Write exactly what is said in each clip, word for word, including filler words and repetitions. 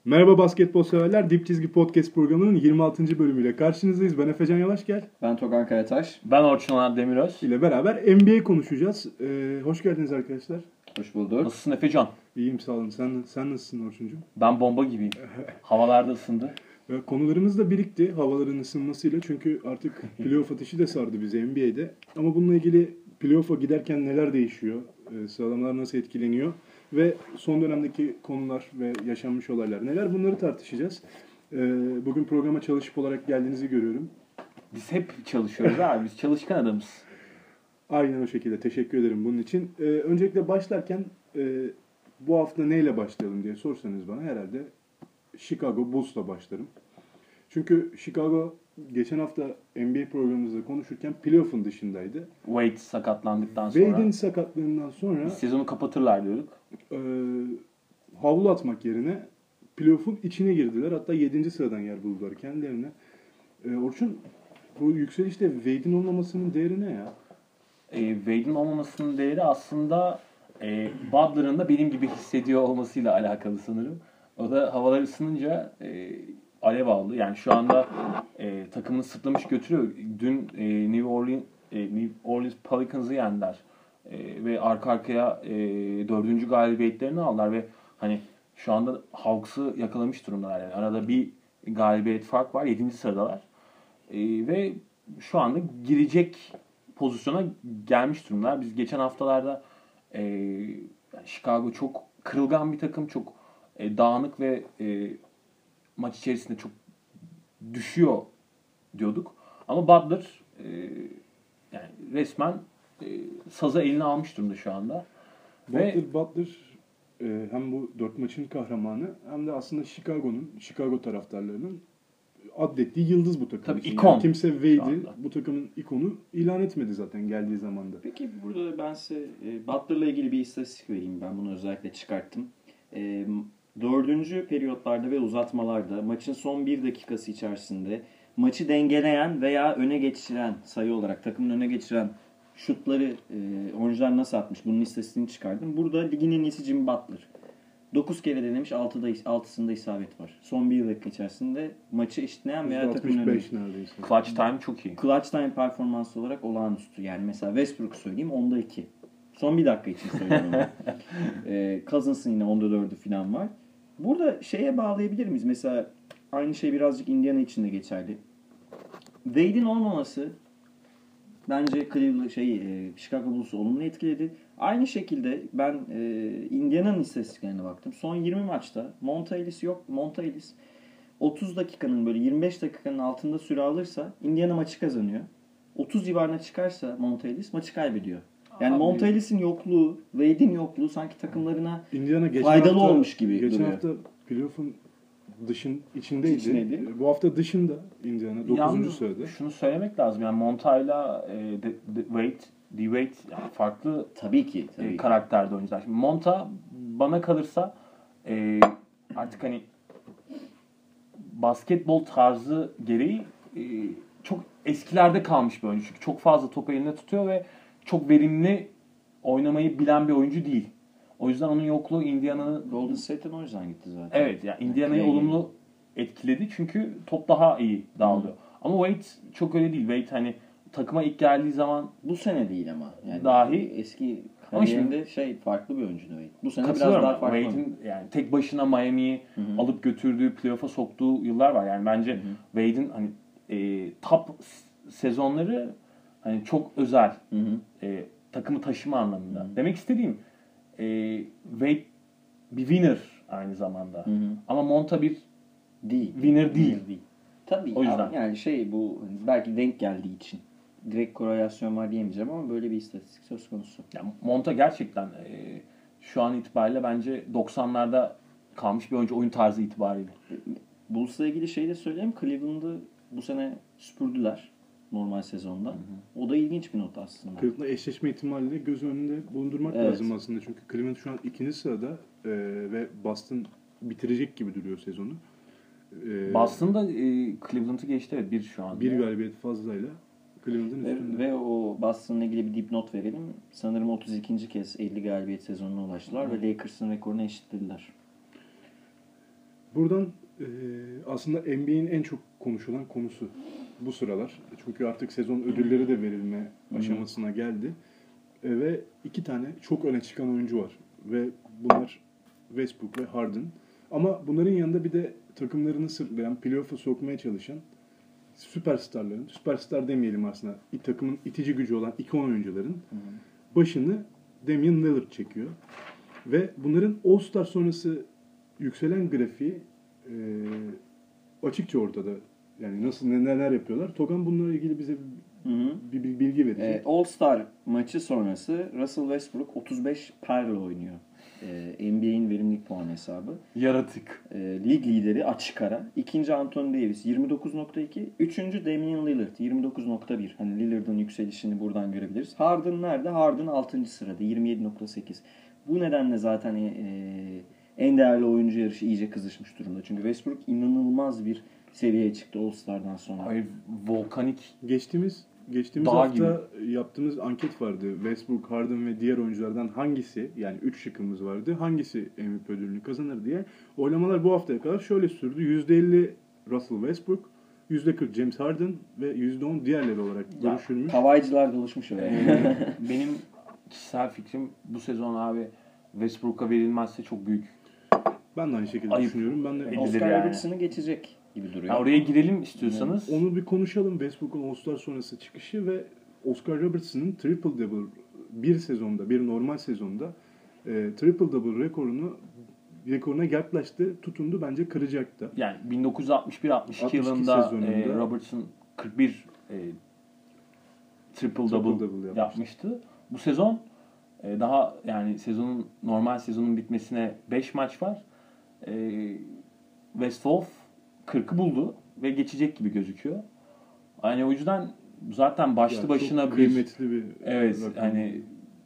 Merhaba basketbol severler. Dip Çizgi Podcast programının yirmi altıncı bölümüyle karşınızdayız. Ben Efecan Yavaşgel. Ben Togan Karataş. Ben Orçun Onat Demiröz. ile beraber N B A konuşacağız. Ee, hoş geldiniz arkadaşlar. Hoş bulduk. Nasılsın Efecan? İyiyim sağ olun. Sen, sen nasılsın Orçuncuğum? Ben bomba gibiyim. Havalarda ısındı. Ee, konularımız da birikti havaların ısınmasıyla. Çünkü artık playoff ateşi de sardı bizi N B A'de. Ama bununla ilgili playoff'a giderken neler değişiyor? Ee, sıralamalar nasıl etkileniyor? Ve son dönemdeki konular ve yaşanmış olaylar neler? Bunları tartışacağız. Ee, bugün programa çalışıp olarak geldiğinizi görüyorum. Biz hep çalışıyoruz abi. Biz çalışkan adamız. Aynen o şekilde. Teşekkür ederim bunun için. Ee, öncelikle başlarken e, bu hafta neyle başlayalım diye sorsanız bana herhalde Chicago Bulls'la başlarım. Çünkü Chicago geçen hafta N B A programımızda konuşurken playoff'un dışındaydı. Wade sakatlandıktan sonra. Wade'in sakatlığından sonra Biz sezonu kapatırlar diyorduk. E, havlu atmak yerine playoff'un içine girdiler. Hatta yedinci sıradan yer buldular kendilerine. E, Orçun, bu yükselişte Wade'in olmamasının değeri ne ya? E, Wade'in olmamasının değeri aslında e, Butler'ın da benim gibi hissediyor olmasıyla alakalı sanırım. O da havalar ısınınca e, alev aldı. Yani şu anda e, takımını sırtlamış götürüyor. Dün e, New Orleans e, New Orleans Pelicans'ı yendiler. E, ve arka arkaya e, dördüncü galibiyetlerini aldılar ve hani şu anda Hawks'ı yakalamış durumdalar. Yani arada bir galibiyet fark var. Yedinci sıradalar. E, ve şu anda girecek pozisyona gelmiş durumlar. Biz geçen haftalarda e, Chicago çok kırılgan bir takım, çok e, dağınık ve e, maç içerisinde çok düşüyor diyorduk. Ama Butler e, yani resmen e, sazı eline almış durumda şu anda. Butler, Ve Butler e, hem bu dört maçın kahramanı hem de aslında Chicago'nun, Chicago taraftarlarının adettiği yıldız bu takım. Tabii, için. ikon Yani kimse Wade'i anda. bu takımın ikonu ilan etmedi zaten geldiği zamanda. Peki burada ben size e, Butler'la ilgili bir istatistik vereyim. Ben bunu özellikle çıkarttım. E, dördüncü periyotlarda ve uzatmalarda maçın son bir dakikası içerisinde maçı dengeleyen veya öne geçiren sayı olarak takımın öne geçiren şutları e, oyuncular nasıl atmış? Bunun istatistiğini çıkardım. Burada ligin en iyisi Jimmy Butler. dokuz kere denemiş, altıda, altısında isabet var. Son bir dakika içerisinde maçı eşitleyen veya takımın önüne. altmış beş neredeyse. clutch time çok iyi. Clutch time performansı olarak olağanüstü. Yani mesela Westbrook'u söyleyeyim onda iki. Son bir dakika için söylüyorum. ee, Cousins'ın yine onda dördü falan var. Burada şeye bağlayabilir miyiz? Mesela aynı şey birazcık Indiana için de geçerli. Wade'in olmaması bence Cleveland şey e, Chicago Bulls'u olumlu etkiledi. Aynı şekilde ben e, Indiana'nın istatistiklerine baktım. Son yirmi maçta Monta Ellis yok. Monta Ellis otuz dakikanın böyle yirmi beş dakikanın altında süre alırsa Indiana maçı kazanıyor. otuz civarına çıkarsa Monta Ellis maçı kaybediyor. Yani Abi, Monta Ellis'in yokluğu, Wade'in yokluğu sanki takımlarına Indiana geçen faydalı hafta, olmuş gibi geçen duruyor. hafta playoff'un dışın içindeydi. İçindeydi. Bu hafta dışında Indiana dokuzuncu Yalnız sırada. şunu söylemek lazım. Yani Monta'yla e, de, de, Wade, D. Wade yani farklı Tabii ki. Tabii e, ki. karakterde oyuncular. Şimdi Monta bana kalırsa e, artık hani basketbol tarzı gereği e, çok eskilerde kalmış bir oyuncu. Çünkü çok fazla topu elinde tutuyor ve çok verimli oynamayı bilen bir oyuncu değil. O yüzden onun yokluğu Indiana'nın Golden State'in o yüzden gitti zaten. evet yani Indiana'yı Yani olumlu etkiledi çünkü top daha iyi dağılıyor. Ama Wade çok öyle değil. Wade hani takıma ilk geldiği zaman Bu sene değil ama. Yani Dahi. eski Ama kariyerinde şey farklı bir oyuncuydu Wade. Bu sene biraz katılıyorum. daha farklı. Wade'in yani tek başına Miami'yi Hı hı. alıp götürdüğü, playoff'a soktuğu yıllar var. Yani bence Hı hı. Wade'in hani e, top sezonları hani çok özel. Hı hı. E, takımı taşıma anlamında. Hı hı. Demek istediğim e, Wade bir winner aynı zamanda. Hı hı. Ama Monta bir Değil. winner değil. değil. Tabii. O yüzden. Ama yani şey bu belki denk geldiği için direkt korelasyon var diyemeyeceğim ama böyle bir istatistik söz konusu. Yani Monta gerçekten e, şu an itibariyle bence doksanlarda kalmış bir oyuncu oyun tarzı itibariyle. Bulls'la ilgili şey de söyleyeyim. Cleveland'ı bu sene süpürdüler normal sezonda. Hı hı. O da ilginç bir not aslında. Cleveland'la eşleşme ihtimaliyle göz önünde bulundurmak Evet. lazım aslında. Çünkü Cleveland şu an ikinci sırada e, ve Boston bitirecek gibi duruyor sezonu. E, Boston'da e, Cleveland'ı geçti evet bir şu anda. bir galibiyet fazlayla Cleveland'ın üstünde. Ve, ve o Boston'la ilgili bir dipnot verelim. Sanırım otuz ikinci kez elli galibiyet sezonuna ulaştılar Hı. ve Lakers'ın rekorunu eşitlediler. Buradan e, aslında N B A'in en çok konuşulan konusu bu sıralar. Çünkü artık sezon ödülleri de verilme aşamasına geldi. E, ve iki tane çok öne çıkan oyuncu var. Ve bunlar Westbrook ve Harden. Ama bunların yanında bir de takımlarını sırtlayan, playoff'a sokmaya çalışan süperstarların, süperstar demeyelim aslında, takımın itici gücü olan ikon oyuncuların başını Damian Lillard çekiyor. Ve bunların All-Star sonrası yükselen grafiği e, açıkça ortada. Yani nasıl neler yapıyorlar. Togan bununla ilgili bize Hı hı. bir, bir bilgi verecek. E, All-Star maçı sonrası Russell Westbrook otuz beş parla oynuyor. E, N B A'in verimlilik puan hesabı. Yaratık. E, lig lideri açık ara. İkinci Anthony Davis yirmi dokuz nokta iki. Üçüncü Damian Lillard yirmi dokuz nokta bir. Hani Lillard'ın yükselişini buradan görebiliriz. Harden nerede? Harden altıncı sırada yirmi yedi nokta sekiz. Bu nedenle zaten e, en değerli oyuncu yarışı iyice kızışmış durumda. Çünkü Westbrook inanılmaz bir seviyeye çıktı All-Star'dan sonra. Hayır, volkanik. Geçtiğimiz geçtiğimiz Dağ hafta yaptığımız anket vardı. Westbrook, Harden ve diğer oyunculardan hangisi, yani üç şıkkımız vardı, hangisi M V P ödülünü kazanır diye. Oylamalar bu haftaya kadar şöyle sürdü. yüzde elli Russell Westbrook, yüzde kırk James Harden ve yüzde on diğerleri olarak Ya, görüşülmüş. Havaycılar doluşmuş öyle. Ee, benim kişisel fikrim bu sezon abi Westbrook'a verilmezse çok büyük. Ben de aynı şekilde Ayıp. düşünüyorum. Ben de Edilir Oscar yani. Robertson'ı geçecek gibi duruyor. Ya oraya girelim istiyorsanız. onu bir konuşalım. Westbrook'un All-Star sonrası çıkışı ve Oscar Robertson'ın triple double bir sezonda, bir normal sezonda e, triple double rekorunu rekoruna yaklaştı, tutundu, bence kıracak da. Yani bin dokuz yüz altmış bir altmış iki altmış iki yılında sezonunda e, Robertson kırk bir e, triple, double, double yapmıştı. yapmıştı. Bu sezon e, daha yani sezonun normal sezonun bitmesine beş maç var. E, Westwolf kırkı buldu ve geçecek gibi gözüküyor. Yani o yüzden zaten başlı Yani başına çok bir kıymetli bir evet rakam. hani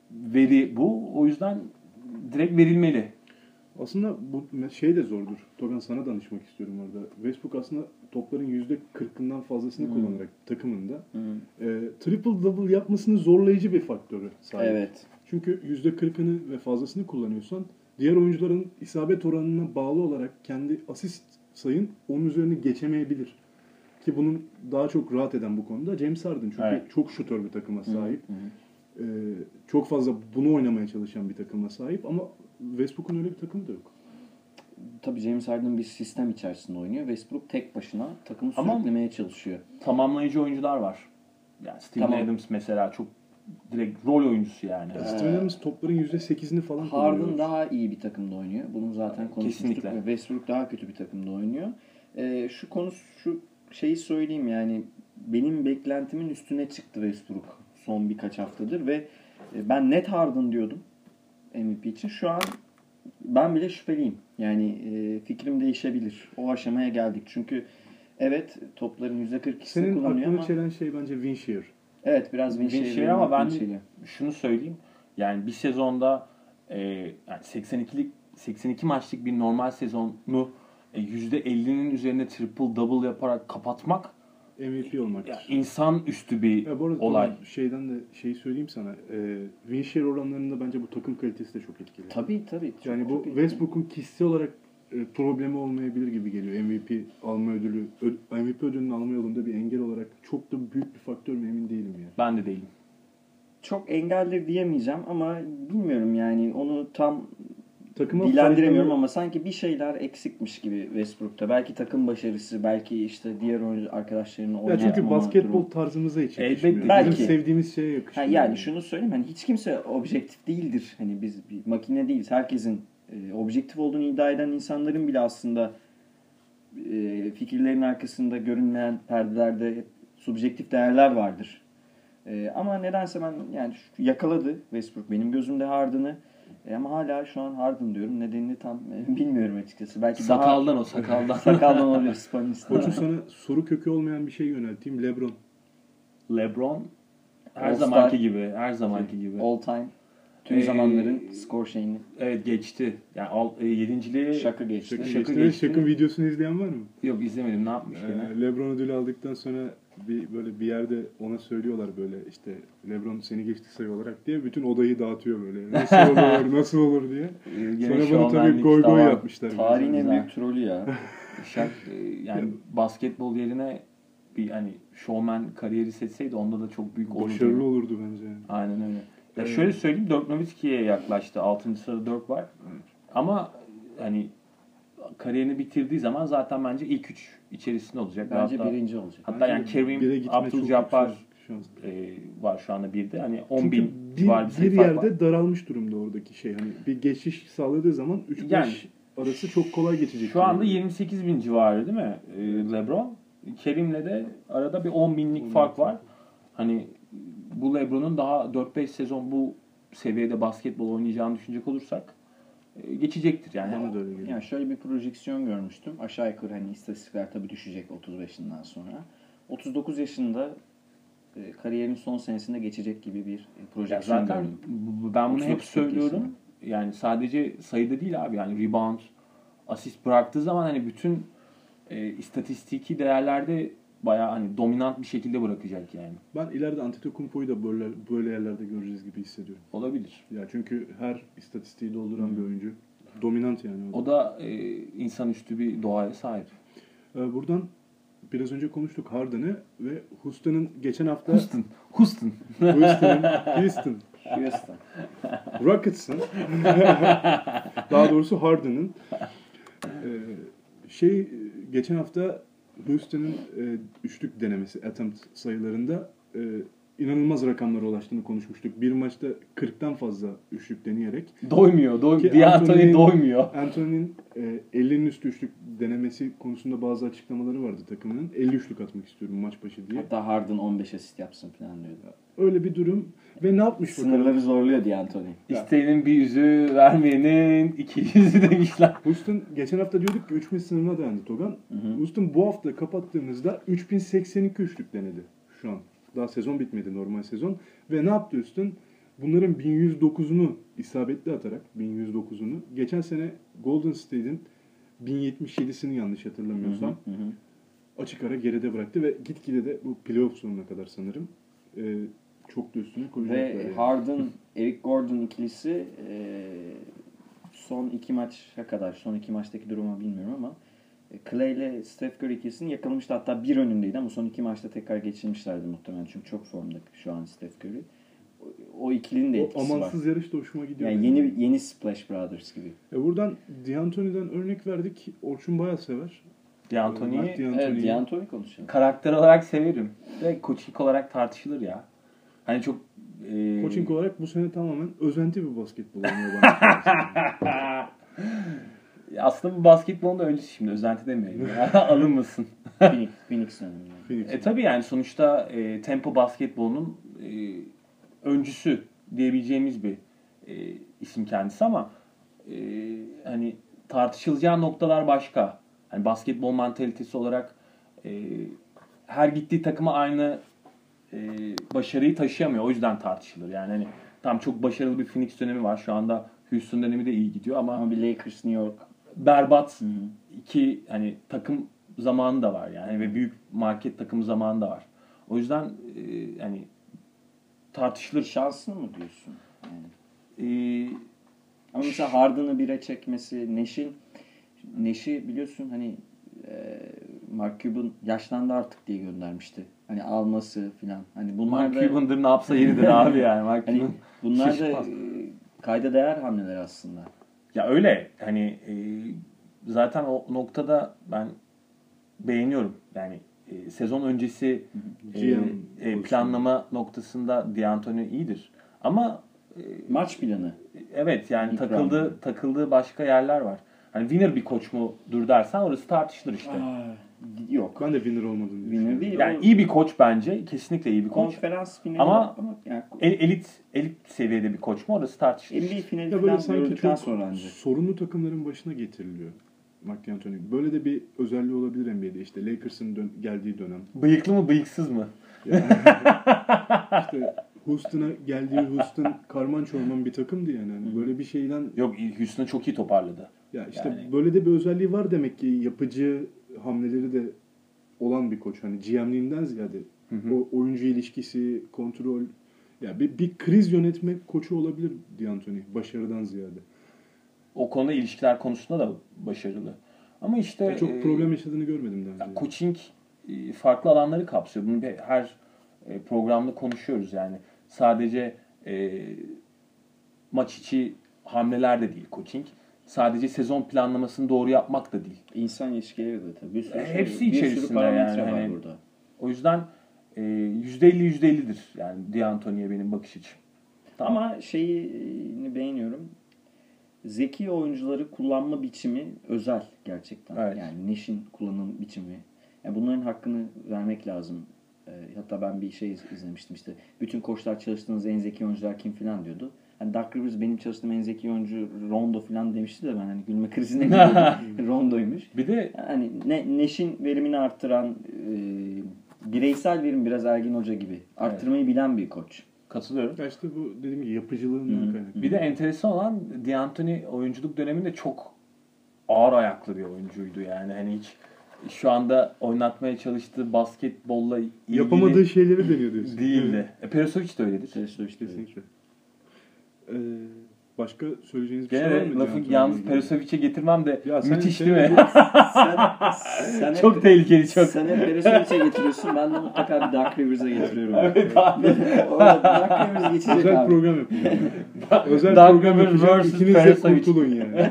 veri bu. O yüzden direkt verilmeli. Aslında bu şey de zordur. Togan, sana danışmak istiyorum orada. Westbrook aslında topların yüzde kırkından fazlasını Hmm. kullanarak takımında Hı. e, triple double yapmasını zorlayıcı bir faktörü sahip. Evet. Çünkü yüzde kırkını ve fazlasını kullanıyorsan diğer oyuncuların isabet oranına bağlı olarak kendi asist sayın onun üzerine geçemeyebilir. Ki bunun daha çok rahat eden bu konuda James Harden. Çünkü Evet. çok şutör bir takıma sahip. Hı hı. Ee, çok fazla bunu oynamaya çalışan bir takıma sahip ama Westbrook'un öyle bir takımı da yok. Tabii James Harden bir sistem içerisinde oynuyor. Westbrook tek başına takımı Ama- sürüklemeye çalışıyor. Tamamlayıcı oyuncular var. Yani Steven Tamam. Adams mesela çok direkt rol oyuncusu yani. Evet. Steven Adams topların yüzde sekizini falan Harden kullanıyor. daha iyi bir takımda oynuyor. Bunu zaten konuşmuştuk. Kesinlikle. Ve Westbrook daha kötü bir takımda oynuyor. Ee, şu konu şu şeyi söyleyeyim yani benim beklentimin üstüne çıktı Westbrook son birkaç haftadır ve e, ben net Harden diyordum M V P için. Şu an ben bile şüpheliyim. Yani e, fikrim değişebilir. O aşamaya geldik. Çünkü evet topların yüzde kırk ikisini Senin kullanıyor aklını ama çelen şey bence Winshire. evet biraz Winshire Winshire ama ben aklımı de- çeliyor. Şunu söyleyeyim. Yani bir sezonda e, yani seksen ikilik seksen iki maçlık bir normal sezonu e, yüzde ellinin üzerine triple double yaparak kapatmak M V P olmak. ya, insan üstü bir Ya bu arada olay. Togan, şeyden de şeyi söyleyeyim sana. E, Winshire oranlarında bence bu takım kalitesi de çok etkili. Tabii tabii. Çok- Yani bu çok iyi. Westbrook'un kişisel olarak e, problemi olmayabilir gibi geliyor. M V P alma ödülü, ö- M V P ödülünü alma yolunda bir engel olarak çok da büyük bir faktör mü emin değilim yani. Ben de değilim. Çok engeldir diyemeyeceğim ama bilmiyorum yani onu tam Takıma dilendiremiyorum faydalı- ama sanki bir şeyler eksikmiş gibi Westbrook'ta. Belki takım başarısı, belki işte diğer oyuncu arkadaşlarının Ya oynatmama çünkü basketbol durumu. tarzımıza hiç Elbette. yakışmıyor. Belki. Bizim sevdiğimiz şeye Ha, yakışmıyor. yani şunu söyleyeyim hani hiç kimse objektif değildir. Hani biz bir makine değiliz. Herkesin e, objektif olduğunu iddia eden insanların bile aslında e, fikirlerin arkasında görünmeyen perdelerde hep subjektif değerler vardır. E, ama nedense ben yani şu- yakaladı Westbrook benim gözümde Harden'ı. E, ama hala şu an Harden diyorum. Nedenini tam e, bilmiyorum açıkçası. Belki Sakaldan o sakaldan. daha sakaldan olabilir Spanistan. Koçum sana soru kökü olmayan bir şey yönelteyim. LeBron. LeBron her All zamanki Star. gibi, her zamanki gibi. All time. Tüm Ee, zamanların skor şeyini. Evet geçti. Yani al, e, yedinciliği Şaka geçti. Şaka Şaka geçti. geçti. Şak'ın videosunu izleyen var mı? yok izlemedim. Ne yapmış gene? Ee, LeBron ödülü aldıktan sonra bir böyle bir yerde ona söylüyorlar böyle işte LeBron seni geçti sayı olarak diye bütün odayı dağıtıyor böyle. Nasıl olur, nasıl olur diye. Gene Sonra bunu tabii goy goy yapmışlar. Tarihin en Güzel. büyük trolü ya. Şak, e, yani basketbol yerine bir hani showman kariyeri seçseydi onda da çok büyük olurdu. Başarılı olurdu bence. Yani. Aynen öyle. Ya Evet. şöyle söyleyeyim, Dirk Nowitzki'ye yaklaştı. altıncı sırada Dirk var. Ama hani kariyerini bitirdiği zaman zaten bence ilk üç içerisinde olacak. Bence hatta, birinci olacak. hatta Bence yani bire Kerim gitme çok Abdul-Jabbar yüksek şans. e, var şu anda birde. Hani on Çünkü bin bir, civarı bir bir sayı fark yerde var. daralmış durumda oradaki şey. Hani bir geçiş sağladığı zaman üç beş Yani, arası çok kolay geçecek. Şu anda yirmi sekiz bin civarı değil mi e, LeBron? Kerim'le de arada bir on binlik on fark bin. var. Hani bu LeBron'un daha dört beş sezon bu seviyede basketbol oynayacağını düşünecek olursak e, geçecektir yani. Bana da öyle geliyor. Yani şöyle bir projeksiyon görmüştüm. Aşağı yukarı hani istatistikler tabii düşecek otuz beşinden sonra. otuz dokuz yaşında e, kariyerinin son senesinde geçecek gibi bir e, Ya projeksiyon zaten gördüm. bu- ben bunu otuz hep dokuz söylüyorum. Yani sadece sayıda değil abi. Yani rebound, asist bıraktığı zaman hani bütün e, istatistiki değerlerde bayağı hani dominant bir şekilde bırakacak yani. Ben ileride Antetokounmpo'yu da böyle böyle yerlerde göreceğiz gibi hissediyorum. Olabilir. Ya çünkü her istatistiği dolduran bir oyuncu. Dominant yani. O da e, insanüstü bir doğaya sahip. Ee, buradan biraz önce konuştuk Harden'ı ve Houston'ın geçen hafta Houston. Houston. Houston'ın Houston Houston. Rockets'ın daha doğrusu Harden'ın e, şey geçen hafta Houston'ın e, üçlük denemesi attempt sayılarında e, inanılmaz rakamlara ulaştığını konuşmuştuk. Bir maçta kırktan fazla üçlük deneyerek. Doymuyor. Doy Ki D'Antoni Anthony'nin- doymuyor. Anthony'nin e, ellinin üstü üçlük denemesi konusunda bazı açıklamaları vardı takımının. elli üçlük atmak istiyorum maç başı diye. Hatta Harden on beş asist yapsın falan diyordu. Öyle bir durum ve ne yapmış bakalım? Sınırları zorluyor diye Anthony. İsteyenin bir yüzü, vermeyenin iki yüzü demişler. Houston geçen hafta diyorduk ki üç bin sınırına dayandı Togan. Hı hı. Houston bu hafta kapattığımızda üç bin seksen iki üçlük denedi şu an. Daha sezon bitmedi, normal sezon. Ve ne yaptı Houston? Bunların bin yüz dokuzunu isabetli atarak, bin yüz dokuzunu geçen sene Golden State'in bin yetmiş yedisini yanlış hatırlamıyorsam Hı hı. açık ara geride bıraktı ve gitgide de bu playoff sonuna kadar sanırım e, çok da üstüne koyacaklar. Ve yani. Harden, Eric Gordon ikilisi e, son iki maça kadar, son iki maçtaki durumu bilmiyorum ama e, Clay ile Steph Curry ikilisini yakalamıştı. Hatta bir önündeydi ama son iki maçta tekrar geçirmişlerdi muhtemelen. Çünkü çok formda şu an Steph Curry. O, o ikilinin de O etkisi amansız var. yarış da hoşuma gidiyor. Yani yeni yeni Splash Brothers gibi. E buradan D'Antoni'den örnek verdik. Orçun bayağı sever. D'Antoni'yi D'Antoni- Evet, D'Antoni konuşalım. karakter olarak severim. Ve coaching olarak tartışılır ya. Hani çok e, Coaching olarak bu sene tamamen özenti bir basketbol oynuyor bana. aslında bu basketbolun da öncesi şimdi özenti demeyelim ya. Alınmasın. Phoenix, Phoenix dönemi. yani. Phoenix. E tabii yani sonuçta e, tempo basketbolunun e, öncüsü diyebileceğimiz bir e, isim kendisi ama e, hani tartışılacağı noktalar başka. Hani basketbol mantalitesi olarak e, her gittiği takıma aynı e, başarıyı taşıyamıyor. O yüzden tartışılır. Yani hani tam çok başarılı bir Phoenix dönemi var. Şu anda Houston dönemi de iyi gidiyor ama Ama bir Lakers, New York. berbat Hı hı. iki hani takım zamanı da var yani ve büyük market takımı zamanı da var. O yüzden e, hani tartışılır. Şanslı mı diyorsun? Yani. E, Ama mesela Harden'ı bire çekmesi, Nash'in Nash'i biliyorsun hani e, Mark Cuban yaşlandı artık diye göndermişti. Hani alması filan. Hani bunlar Mark da Cuban'dır ne yapsa yeridir abi yani. Mark hani Cuban. bunlar da şaşırmaz. e, kayda değer hamleler aslında. Ya öyle hani e, zaten o noktada ben beğeniyorum. Yani e, sezon öncesi e, G M e, planlama noktasında D'Antoni iyidir. Ama e, Maç planı. evet yani İkram. takıldığı takıldığı başka yerler var. Hani winner bir koç mudur dersen orası tartışılır işte. Aa, yok. Ben de winner olmadığını Winner düşünüyorum. değil. Yani o iyi bir koç bence. Kesinlikle iyi bir koç. konferans finali Ama- ama yani El- elit elit seviyede bir koç mu orası tartışılır. N B A finali Ya böyle falan sanki gördükten çok sonra ancak. sorunlu takımların başına getiriliyor. Mark D'Antoni. Böyle de bir özelliği olabilir N B A'de. İşte Lakers'ın dön- geldiği dönem. Bıyıklı mı bıyıksız mı? Yani işte Houston'a geldiği Houston karman çorman bir takımdı yani. Yani böyle bir şeyden Yok Houston'ı çok iyi toparladı. ya işte Yani- böyle de bir özelliği var demek ki yapıcı hamleleri de olan bir koç. Hani G M'liğinden ziyade Hı hı. o oyuncu ilişkisi, kontrol, ya bir, bir kriz yönetme koçu olabilir D'Antoni başarıdan ziyade. O konuda ilişkiler konusunda da başarılı. Ama işte Ya çok e, problem yaşadığını görmedim daha önce. ya, coaching e, farklı alanları kapsıyor. Bunu bir- her e, programda konuşuyoruz yani. Sadece e, maç içi hamleler de değil coaching. Sadece sezon planlamasını doğru yapmak da değil. İnsan ilişkileri de tabii. Bir sürü E, şey- hepsi bir sürü içerisinde parametre yani. var Hani- burada. O yüzden e, yüzde elli yüzde ellidir yani D'Antoni'ye benim bakış açım. Ama şeyini beğeniyorum. Zeki oyuncuları kullanma biçimi özel gerçekten. Evet. Yani Nash'in kullanım biçimi. Yani bunların hakkını vermek lazım. Ee, hatta ben bir şey izlemiştim işte. Bütün koçlar çalıştığınız en zeki oyuncular kim filan diyordu. Hani Doug Rivers benim çalıştığım en zeki oyuncu Rondo filan demişti de ben hani gülme krizine girdim. Rondo'ymuş. Bir de Yani ne, Nash'in verimini arttıran e, bireysel verim biraz Ergin Hoca gibi. Arttırmayı bilen bir koç. katılıyorum. Ya işte bu dediğim gibi yapıcılığından Hı. kaynaklı. Bir de enteresan olan D'Antoni oyunculuk döneminde çok ağır ayaklı bir oyuncuydu yani. Hani hiç şu anda oynatmaya çalıştığı basketbolla ilgili Yapamadığı şeyleri deniyor diyorsun. değildi. E, Perisovic de öyledir. Teresovic de öyle. Kesinlikle. Ee, başka söyleyeceğiniz bir şey var Gene mı? lafı D'Antoni'yle yalnız ilgili? Perisovic'e getirmem de Ya sen- müthiş sen- değil mi? Sen, sen Çok hep, tehlikeli çok. Sen hep Perisovic'e getiriyorsun. Ben de mutlaka bir Doug Rivers'a getiriyorum. Evet abi. Orada Doug Rivers geçecek Özel abi. program yapacağım. Özel Doug program Rivers yapacağım. versus İkiniz de Perisovic. kurtulun yani.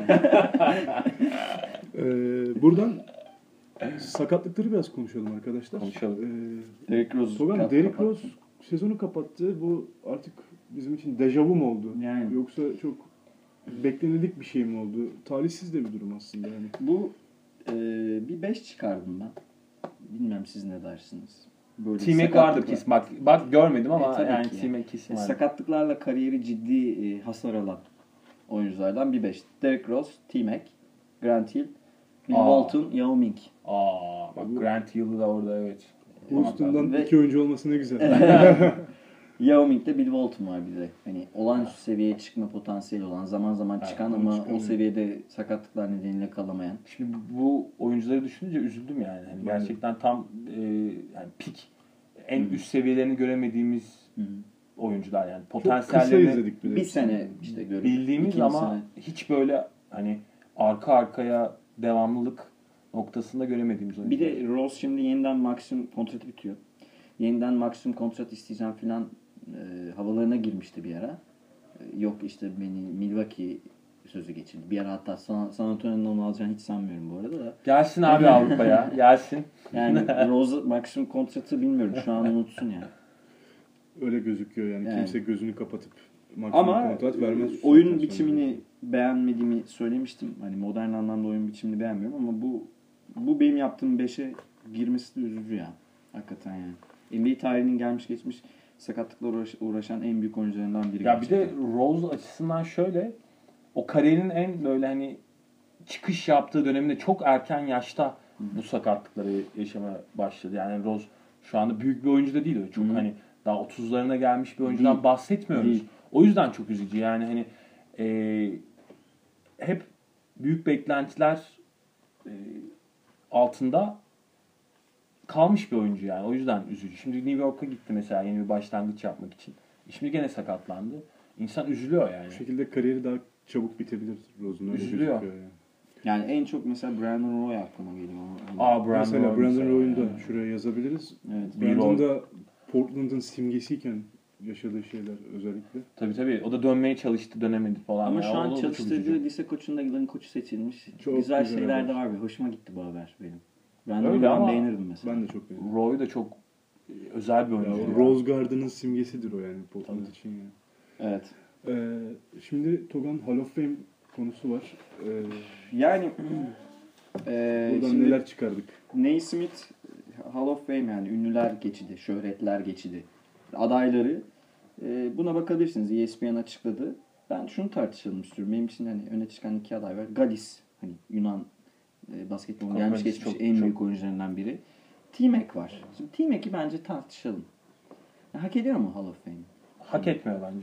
ee, buradan sakatlıkları biraz konuşalım arkadaşlar. Konuşalım. Ee, Derrick Rose. Sogan, kap- Derrick kapattı. Rose sezonu kapattı. Bu artık bizim için dejavu mu oldu? Yani. Yoksa çok beklenildik bir şey mi oldu? Talihsiz de bir durum aslında yani. Bu e, bir beş çıkardım ben. Bilmem siz ne dersiniz. Böyle T-Mac vardır sakatlıkla- kesin. Bak, bak görmedim ama E, tabii yani ki yani. T-Mac kesin E, vardır. sakatlıklarla kariyeri ciddi e, hasar alan oyunculardan bir beş. Derrick Rose, T-Mac, Grant Hill, Bill Aa. Walton, Yao Ming. Aa, bak Grant Hill'ı da orada evet. Houston'dan Ve- iki oyuncu olması ne güzel. Yao Ming'de Bill Walton var bir de. Hani olağanüstü seviyeye çıkma potansiyeli olan, zaman zaman Evet, çıkan onu ama çıkamıyor. o seviyede sakatlıklar nedeniyle kalamayan. Şimdi bu oyuncuları düşününce üzüldüm yani. Hani Ben de. gerçekten tam e, yani pik en Hı. üst seviyelerini göremediğimiz Hı. oyuncular yani Çok kısa potansiyellerini izledik bir de. Bir sene işte görüp bildiğimiz ikinci ama sene. hiç böyle hani arka arkaya devamlılık noktasında göremediğimiz Bir oyuncular. de Rose şimdi yeniden maksimum kontratı bitiyor. Yeniden maksimum kontrat isteyeceğim filan e, havalarına girmişti bir ara. E, yok işte beni Milwaukee sözü geçirdi. Bir ara hatta San, San Antonio'nun onu alacağını hiç sanmıyorum bu arada da. Gelsin abi Avrupa'ya. Gelsin. Yani Rose maksimum kontratı bilmiyorum. Şu an unutsun yani. Öyle gözüküyor yani. Yani. Kimse gözünü kapatıp maksimum Ama kontrat vermez. şu oyun saatten sonra. biçimini beğenmediğimi söylemiştim. Hani modern anlamda oyun biçimini beğenmiyorum ama bu bu benim yaptığım beşe girmesi de üzücü ya. Hakikaten yani. N B A tarihinin gelmiş geçmiş sakatlıkla uğraş, uğraşan en büyük oyuncularından biri. Ya bir de gerçekten. Rose açısından şöyle o kariyerinin en böyle hani çıkış yaptığı döneminde çok erken yaşta bu sakatlıkları yaşamaya başladı. Yani Rose şu anda büyük bir oyuncu da değil. Öyle. Çok Hı. hani daha otuzlarına gelmiş bir oyuncudan Değil. bahsetmiyoruz. Değil. O yüzden çok üzücü. Yani hani e, hep büyük beklentiler e, altında kalmış bir oyuncu yani. O yüzden üzücü. Şimdi New York'a gitti mesela yeni bir başlangıç yapmak için. E Şimdi gene sakatlandı. İnsan üzülüyor yani. Bu şekilde kariyeri daha çabuk bitebilir Rose'un, öyle Üzülüyor. gözüküyor yani. Yani en çok mesela Brandon Roy aklıma geliyor. Hani- Aa, Brandon Mesela Roy Brandon mesela Roy'un da yani. şuraya yazabiliriz. Evet. Brandon da Portland'ın simgesiyken yaşadığı şeyler özellikle. Tabii tabii. O da dönmeye çalıştı, dönemedi falan. Ama ya. şu O an da çok çalıştırdığı üzücü. lise koçunda yılın koçu seçilmiş. Çok güzel, güzel şeyler de haber. var. Bir. Hoşuma gitti bu haber benim. Brandon Öyle Roy'u ama- ben beğenirdim mesela. Ben de çok beğendim. Roy da çok e, özel bir Ya, oyuncu. o ya. Rose Garden'ın simgesidir o yani Portland Tabii. için yani. Evet. Ee, şimdi Togan Hall of Fame konusu var. Ee, Yani eee buradan şimdi neler çıkardık? Naismith Hall of Fame yani ünlüler geçidi, şöhretler geçidi adayları. Eee, buna bakabilirsiniz. E S P N açıkladı. Ben şunu tartışalım istiyorum. Benim için hani öne çıkan iki aday var. Galis hani Yunan e, basketbolun Galis gelmiş geçmiş çok- en çok- büyük oyuncularından biri. T-Mac var. Şimdi T-Mac'i bence tartışalım. Ya, hak ediyor mu Hall of Fame? Hak etmiyor bence.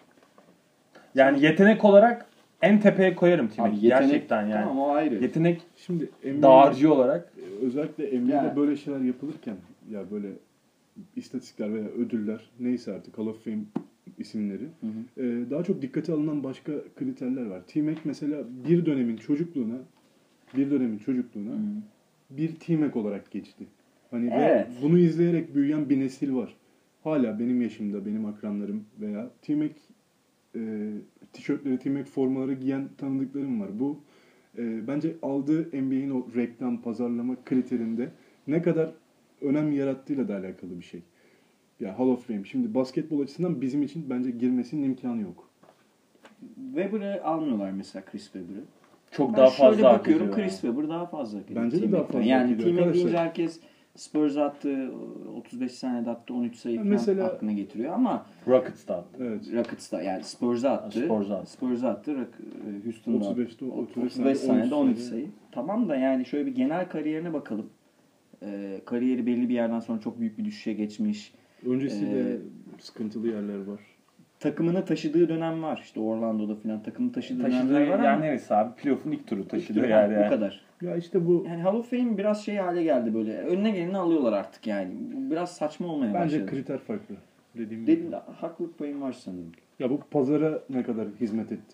Yani yetenek olarak en tepeye koyarım Tim'i. Abi yetenek- Gerçekten yani. Tamam o ayrı. Yetenek Şimdi N B A dağarcı olarak özellikle N B A'de Ya. böyle şeyler yapılırken ya böyle istatistikler veya ödüller neyse artık Hall of Fame isimleri Hı hı. e, daha çok dikkate alınan başka kriterler var. T-Mac mesela bir dönemin çocukluğuna bir dönemin çocukluğuna Hı. bir T-Mac olarak geçti. Hani Evet. ve bunu izleyerek büyüyen bir nesil var. Hala benim yaşımda benim akranlarım veya T-Mac e, tişörtleri, T-Mac formaları giyen tanıdıklarım var. Bu e, bence aldığı N B A'in o reklam, pazarlama kriterinde ne kadar önem yarattığıyla da alakalı bir şey. Ya Hall of Fame. Şimdi basketbol açısından bizim için bence girmesinin imkanı yok. Weber'ı almıyorlar mesela, Chris Webber'ı. Çok Ben daha şöyle fazla hak bakıyorum, ediyor Chris yani. Webber daha fazla hak ediyor. Bence de T-Mac'ten. daha fazla Yani hak ediyor T-Mac deyince arkadaşlar. herkes Spurs attı, otuz beş saniyede attı, on üç sayı Ya falan mesela- aklına getiriyor ama Rockets'ta attı. Evet. Rockets'ta yani Spurs'a attı. Spurs'a attı. Spurs'a attı. Rock- Houston'da otuz beşte otuz beş otuz beş saniyede on üç sayı. sayı. Tamam da yani şöyle bir genel kariyerine bakalım. Ee, kariyeri belli bir yerden sonra çok büyük bir düşüşe geçmiş. Öncesinde Ee, sıkıntılı yerler var. Takımını taşıdığı dönem var. İşte Orlando'da falan takımını taşıdığı, Taşıdığı dönemler var yer ama neresi abi? Playoff'un ilk turu taşıdığı yani yer bu yani. kadar. Ya işte bu Yani Hall of Fame biraz şey hale geldi böyle. Önüne geleni alıyorlar artık yani. Bu biraz saçma olmaya bence başladı. kriter farklı. Dediğim gibi. Dedim, haklılık payım var sanırım. Ya bu pazara ne kadar hizmet etti?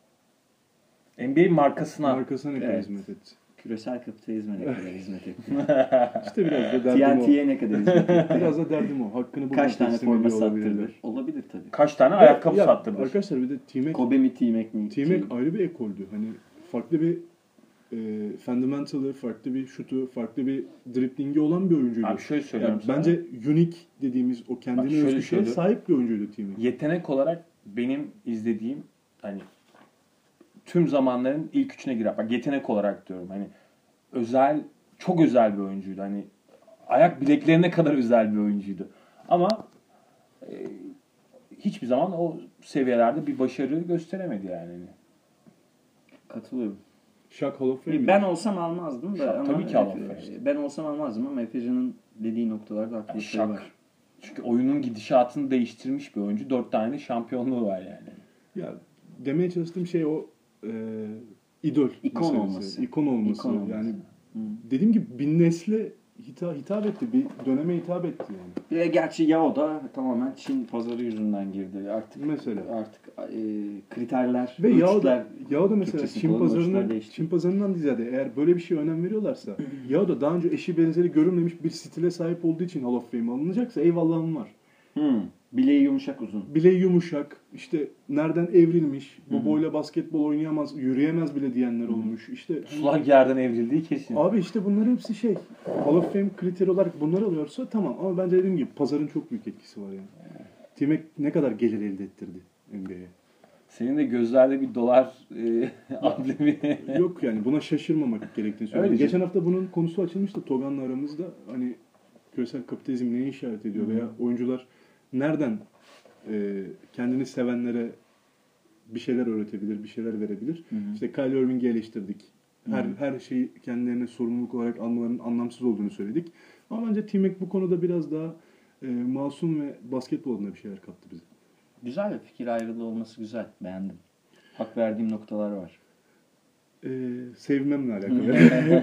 N B A markasına Markasına ne kadar Evet. hizmet etti? Küresel kapitalizme ne kadar hizmet etti? İşte biraz da T derdim N o. T'ye ne kadar hizmet etti? Biraz da derdim o. Hakkını buradan Kaç tane teslim forma ediyor sattırdı? olabilirler. Olabilir tabii. kaç tane Ve- ayakkabı ya, sattırdı? Arkadaşlar bir de T-Mac, Kobe mi T-Mac mi? T-Mac ayrı bir ekoldü. Hani farklı bir e, fundamental'ı, farklı bir şutu, farklı bir driblingi olan bir oyuncuydu. Abi şöyle söylüyorum Yani sana. bence unique dediğimiz o kendine Bak şöyle özgü şeye söylüyorum. sahip bir oyuncuydu T-Mac. Yetenek olarak benim izlediğim hani tüm zamanların ilk üçüne girer. Bak yetenek olarak diyorum. Hani özel, çok özel bir oyuncuydu. Hani ayak bileklerine kadar özel bir oyuncuydu. Ama e, hiçbir zaman o seviyelerde bir başarı gösteremedi yani. Katılıyorum. Shaq Hall of Fame. Ben olsam almazdım da Shaq ama tabii ki Hall of Efe- Fame işte. ben olsam almazdım ama Efecan'ın dediği noktalarda Yani haklılıkları Shaq, var. çünkü oyunun gidişatını değiştirmiş bir oyuncu. Dört tane de şampiyonluğu var yani. Ya demeye çalıştığım şey o e, idol İkon meselesi. olması. İkon olması. İkon olması. Yani Hı. dediğim gibi bir nesle hitap, hitap etti. Bir döneme hitap etti yani. Bir de gerçi Yao da tamamen Çin pazarı yüzünden girdi. Artık Mesela. artık e, kriterler, Ve Yao ölçütler- da, Yao da mesela Türkçesi Çin falan ölçüler pazarına, değişti. Çin pazarından ziyade eğer böyle bir şeye önem veriyorlarsa Yao da daha önce eşi benzeri görülmemiş bir stile sahip olduğu için Hall of Fame alınacaksa eyvallahım var. Hı. Bileği yumuşak uzun. Bileği yumuşak, işte nereden evrilmiş, bu Hı hı. boyla basketbol oynayamaz, yürüyemez bile diyenler olmuş. İşte Sulak yerden evrildiği kesin. abi işte bunların hepsi şey. Hall of Fame kriteri olarak bunlar alıyorsa tamam ama bence dediğim gibi pazarın çok büyük etkisi var yani. T-Mac ne kadar gelir elde ettirdi N B A'ye? Senin de gözlerde bir dolar e, amblemi. Yok yani buna şaşırmamak gerektiğini söylüyorum. Öyle Geçen hafta bunun konusu açılmıştı Togan'la aramızda. Hani küresel kapitalizm neye işaret ediyor veya oyuncular nereden e, kendini sevenlere bir şeyler öğretebilir, bir şeyler verebilir. Hı hı. İşte Kyrie Irving'i eleştirdik. Her Hı hı. her şeyi kendilerine sorumluluk olarak almalarının anlamsız olduğunu söyledik. Ama bence T-Mac bu konuda biraz daha e, masum ve basketbol adına bir şeyler kattı bize. Güzel bir fikir ayrılığı olması güzel. Beğendim. Hak verdiğim noktalar var. E, sevmemle alakalı.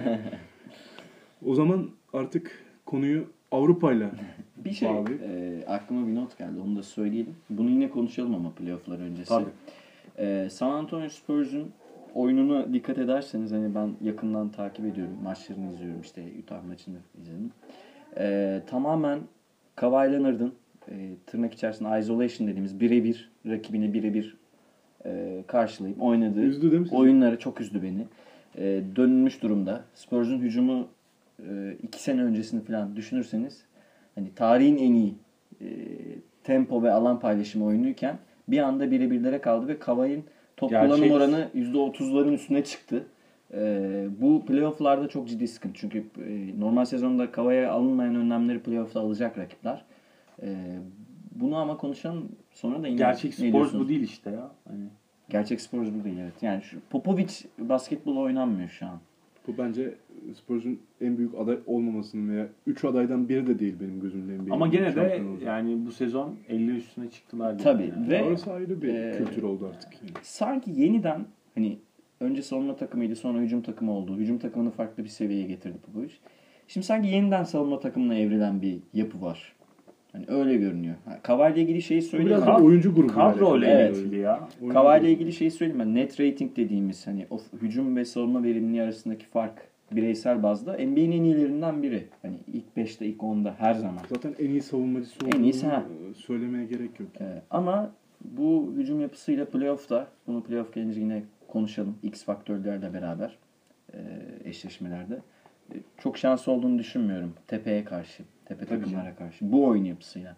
O zaman artık konuyu Avrupa'yla Bir şey bağlayıp e, aklıma bir not geldi. Onu da söyleyelim. Bunu yine konuşalım ama playofflar öncesi. Tabii. E, San Antonio Spurs'un oyununa dikkat ederseniz hani ben yakından takip ediyorum. Maçlarını izliyorum. İşte Utah maçını izledim. E, tamamen Kawhi Leonard'ın e, tırnak içerisinde isolation dediğimiz birebir rakibini birebir e, karşılayıp oynadığı üzdü değil mi sizi? oyunları çok üzdü beni. E, dönülmüş durumda. Spurs'un hücumu e, iki sene öncesini falan düşünürseniz hani tarihin en iyi e, tempo ve alan paylaşımı oyunuyken bir anda birebirlere kaldı ve Kawhi'nin top Gerçek- kullanım oranı yüzde otuzların üstüne çıktı. E, bu playoff'larda çok ciddi sıkıntı. Çünkü e, normal sezonda Kawhi'ye alınmayan önlemleri playoff'ta alacak rakipler. E, bunu ama konuşalım sonra da yine Gerçek ne spor diyorsunuz? bu değil işte ya. Hani Gerçek spor bu değil, evet. Yani şu Popovic basketbol oynanmıyor şu an. Bu bence Spurs'un en büyük aday olmamasının veya üç adaydan biri de değil benim gözümde N B A'nin ama gene de şampiyon olacak. yani bu sezon elli üstüne çıktılar. diye Tabii. yani. Ve Orası ayrı bir e, kültür oldu artık. Yani. Sanki yeniden hani önce savunma takımıydı sonra hücum takımı oldu. Hücum takımını farklı bir seviyeye getirdi Popovic. Şimdi sanki yeniden savunma takımına evrilen bir yapı var. Hani öyle görünüyor. Kavai ile ilgili şeyi söyleyeyim. Biraz da oyuncu grubu. Kadroyla Evet. ilgili ya. Kavai ile ilgili şeyi söyleyeyim ben. Net rating dediğimiz hani o hücum ve savunma verimliliği arasındaki fark bireysel bazda N B A'nin en iyilerinden biri. Hani ilk beşte, ilk onda her zaman. Zaten en iyi savunmacısı En olduğunu iyisi, ha. söylemeye gerek yok. Ee, ama bu hücum yapısıyla playoff'ta, bunu playoff gelince yine konuşalım. X faktörlerle beraber e, eşleşmelerde. E, çok şanslı olduğunu düşünmüyorum. Tepe'ye karşı, tepe Tabii takımlara karşı. Bu oyun yapısıyla.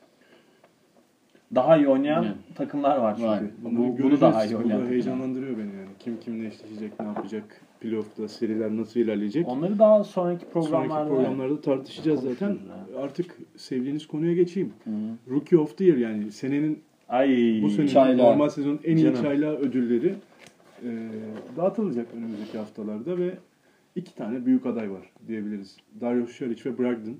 Daha iyi oynayan Evet. takımlar var çünkü. Var. Bu, Bunları bunu göreceğiz. daha iyi Bu da oynayan takımlar. heyecanlandırıyor beni yani. Kim kimle eşleşecek, ne yapacak, playoff'ta seriler nasıl ilerleyecek. Onları daha sonraki programlarda, Sonraki programlarda tartışacağız zaten. konuşuruz yani. Artık sevdiğiniz konuya geçeyim. Hı-hı. Rookie of the Year yani senenin Ay. bu senenin Çaylağı. normal sezonun en iyi Canım. çaylağı ödülleri e, dağıtılacak önümüzdeki haftalarda ve iki tane büyük aday var diyebiliriz. Dario Saric ve Brogdon.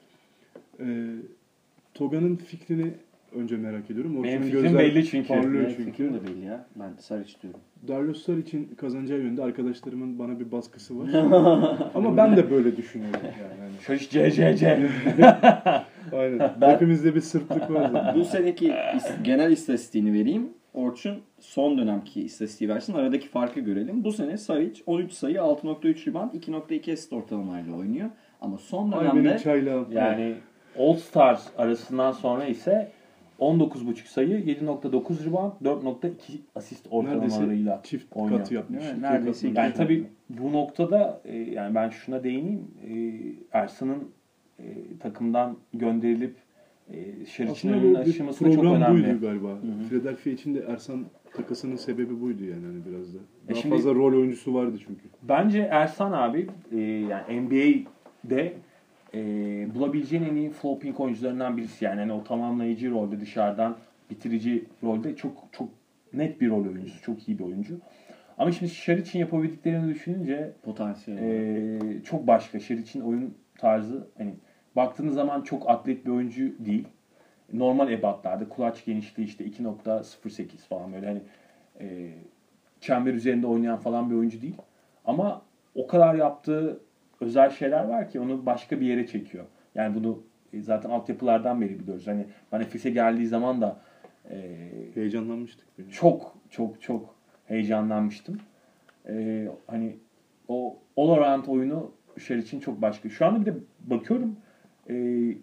E, Toga'nın fikrini önce merak ediyorum. Benim Orçun'un fikrim gözler belli çünkü. parlıyor Benim çünkü. fikrim de belli ya. Ben Saric diyorum. Dario Saric'in kazanacağı yönde arkadaşlarımın bana bir baskısı var. Ama ben de böyle düşünüyorum yani. yani. Şöyle C C C. Aynen. Hepimizde bir sırtlık var zaten. Bu seneki is- genel istatistiğini vereyim. Orçun son dönemki istatistiği versin. Aradaki farkı görelim. Bu sene Saric on üç sayı, altı nokta üç rebound, iki nokta iki asist ortalamayla oynuyor. Ama son Ay benim dönemde çaylağım. Yani All Stars arasından sonra ise on dokuz buçuk sayı, yedi nokta dokuz rebound, dört nokta iki asist ortalamalarıyla Neredeyse çift oynuyor. katı yapmış. Değil mi? İkiye Neredeyse katlamış. Yani tabii bu noktada e, yani ben şuna değineyim. E, Ersan'ın e, takımdan gönderilip e, Şeriç'in Aslında önünün bu bir aşılması da çok program önemli. buydu galiba. hı. Philadelphia için de Ersan takasının sebebi buydu yani hani biraz da. Daha şimdi- fazla rol oyuncusu vardı çünkü. Bence Ersan abi e, yani N B A'de e, bulabileceğin en iyi flopping oyuncularından birisi. Yani hani o tamamlayıcı rolde dışarıdan bitirici rolde çok çok net bir rol oyuncusu. Çok iyi bir oyuncu. Ama şimdi Şeriç'in yapabildiklerini düşününce potansiyel. Ee, çok başka. Şeriç'in oyun tarzı hani baktığınız zaman çok atlet bir oyuncu değil. Normal ebatlarda kulaç genişliği işte iki nokta sıfır sekiz falan böyle hani e, çember üzerinde oynayan falan bir oyuncu değil. Ama o kadar yaptığı özel şeyler var ki onu başka bir yere çekiyor. Yani bunu e, zaten altyapılardan beri biliyoruz. Hani ben Efes'e geldiği zaman da e, Heyecanlanmıştık. Böyle. çok çok çok heyecanlanmıştım. Ee, hani o all around oyunu Şeriç'in çok başka. Şu anda bir de bakıyorum e,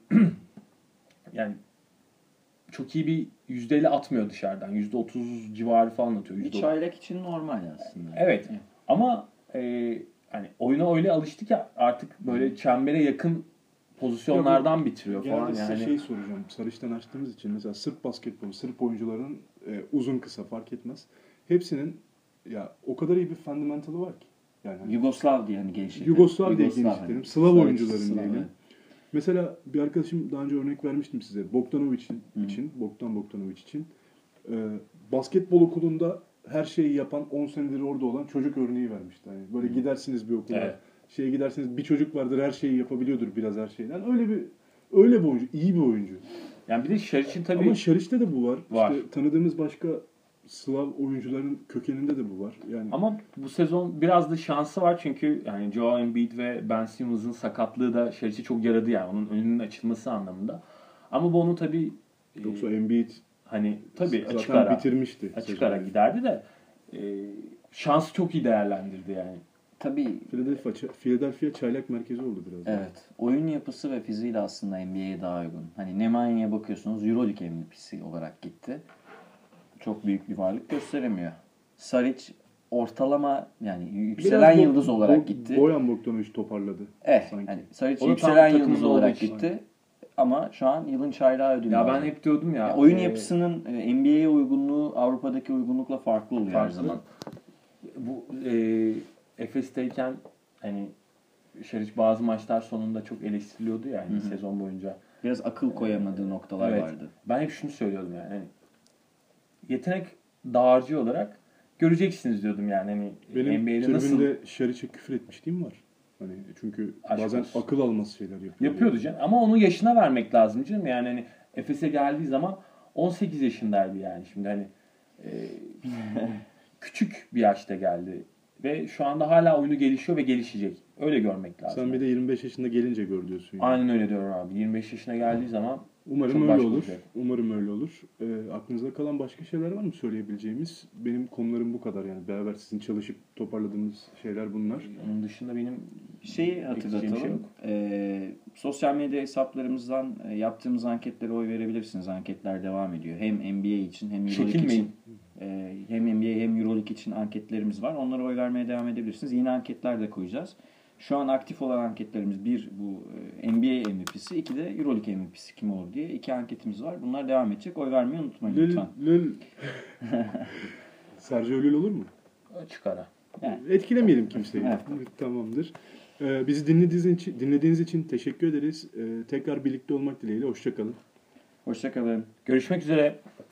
yani çok iyi bir yüzdeyle atmıyor dışarıdan. yüzde otuz civarı falan atıyor. Bir yüzde çaylak için normal aslında. Evet. Ama e, hani oyuna öyle alıştık ya artık böyle çembere yakın pozisyonlardan bitiriyor falan Genelde size yani. şey soracağım. Sarıç'tan açtığımız için mesela Sırp basketbolu, Sırp oyuncuların e, uzun kısa fark etmez. Hepsinin ya o kadar iyi bir fundamentalı var ki. Yani hani Yugoslav diye hani gençlik. Yugoslav diye Yugoslav geniş hani. derim. Slav Slav- oyuncuların Slav, diyelim. evet. Mesela bir arkadaşım daha önce örnek vermiştim size. Bogdanovic'in Hı. için, Bogdan Bogdanovic için. Ee, basketbol okulunda her şeyi yapan, on senedir orada olan çocuk örneği vermişti. Yani böyle gidersiniz bir okula, Evet. şeye gidersiniz bir çocuk vardır her şeyi yapabiliyordur biraz her şeyden. Öyle bir öyle bir oyuncu, iyi bir oyuncu. Yani bir de Şeriç'in tabii Ama Şeriç'te de bu var. Var. İşte tanıdığımız başka Slav oyuncuların kökeninde de bu var. Yani ama bu sezon biraz da şansı var çünkü yani Joel Embiid ve Ben Simmons'ın sakatlığı da Şeriç'e çok yaradı yani onun önünün açılması anlamında. Ama bu onu tabii e, yoksa Embiid hani tabii zaten açık ara bitirmişti. açık sezonu. ara giderdi de e, şansı çok iyi değerlendirdi yani. Tabii Philadelphia, Philadelphia çaylak merkezi oldu biraz. da. evet. Oyun yapısı ve fiziği de aslında N B A'ye daha uygun. Hani Nemanya'ya bakıyorsunuz Euroleague M V P'si olarak gitti. Çok büyük bir varlık gösteremiyor. Saric ortalama yani yükselen Biraz bo- yıldız olarak bo- gitti. Boyan Bogdanovic toparladı. Eh, sanki. hani Saric O da tam yükselen takımında yıldız olduğu olarak için. gitti. Ama şu an yılın çaylağı ödülü Ya aldı. ben hep diyordum ya. Yani oyun e, yapısının e, N B A'ye uygunluğu Avrupa'daki uygunlukla farklı oluyor her farklı. zaman. Bu e, Efes'teyken hani Şeriç bazı maçlar sonunda çok eleştiriliyordu yani Hı hı. sezon boyunca. Biraz akıl koyamadığı noktalar Evet. vardı. Ben hep şunu söylüyordum yani. Hani yetenek dağarcığı olarak göreceksiniz diyordum yani. Hani Benim N B A'de tribünde nasıl Şeriç'e küfür etmişliğim var. Hani çünkü Aşk bazen olsun. akıl alması şeyler yapıyor. yapıyordu canım. Ama onun yaşına vermek lazım canım. Yani hani Efes'e geldiği zaman on sekiz yaşındaydı yani. Şimdi hani e, küçük bir yaşta geldi. Ve şu anda hala oyunu gelişiyor ve gelişecek. Öyle görmek lazım. Sen bir de yirmi beş yaşında gelince gör diyorsun. Yani. Aynen öyle diyorum abi. yirmi beş yaşına geldiği zaman Umarım çok öyle başka olur. olacak. Umarım öyle olur. Ee, aklınızda kalan başka şeyler var mı söyleyebileceğimiz? Benim konularım bu kadar yani. Beraber sizin çalışıp toparladığınız şeyler bunlar. Onun dışında benim Şeyi ekleyeceğim şey hatırlatalım. yok. Ee, sosyal medya hesaplarımızdan e, yaptığımız anketlere oy verebilirsiniz. Anketler devam ediyor. Hem N B A için hem Euroleague Çekinmeyin. için. e, hem N B A hem Euroleague için anketlerimiz var. Onlara oy vermeye devam edebilirsiniz. Yine anketler de koyacağız. Şu an aktif olan anketlerimiz bir bu e, N B A M V P'si, iki de Euroleague M V P'si kim olur diye iki anketimiz var. Bunlar devam edecek. Oy vermeyi unutmayın Lül, lütfen. lül. Sergio Lül olur mu? açık ara. Yani. Etkilemeyelim kimseyi. Evet. Tamamdır. Ee, bizi dinlediğiniz için, dinlediğiniz için teşekkür ederiz. Ee, tekrar birlikte olmak dileğiyle. Hoşça kalın. Hoşça kalın. Görüşmek üzere.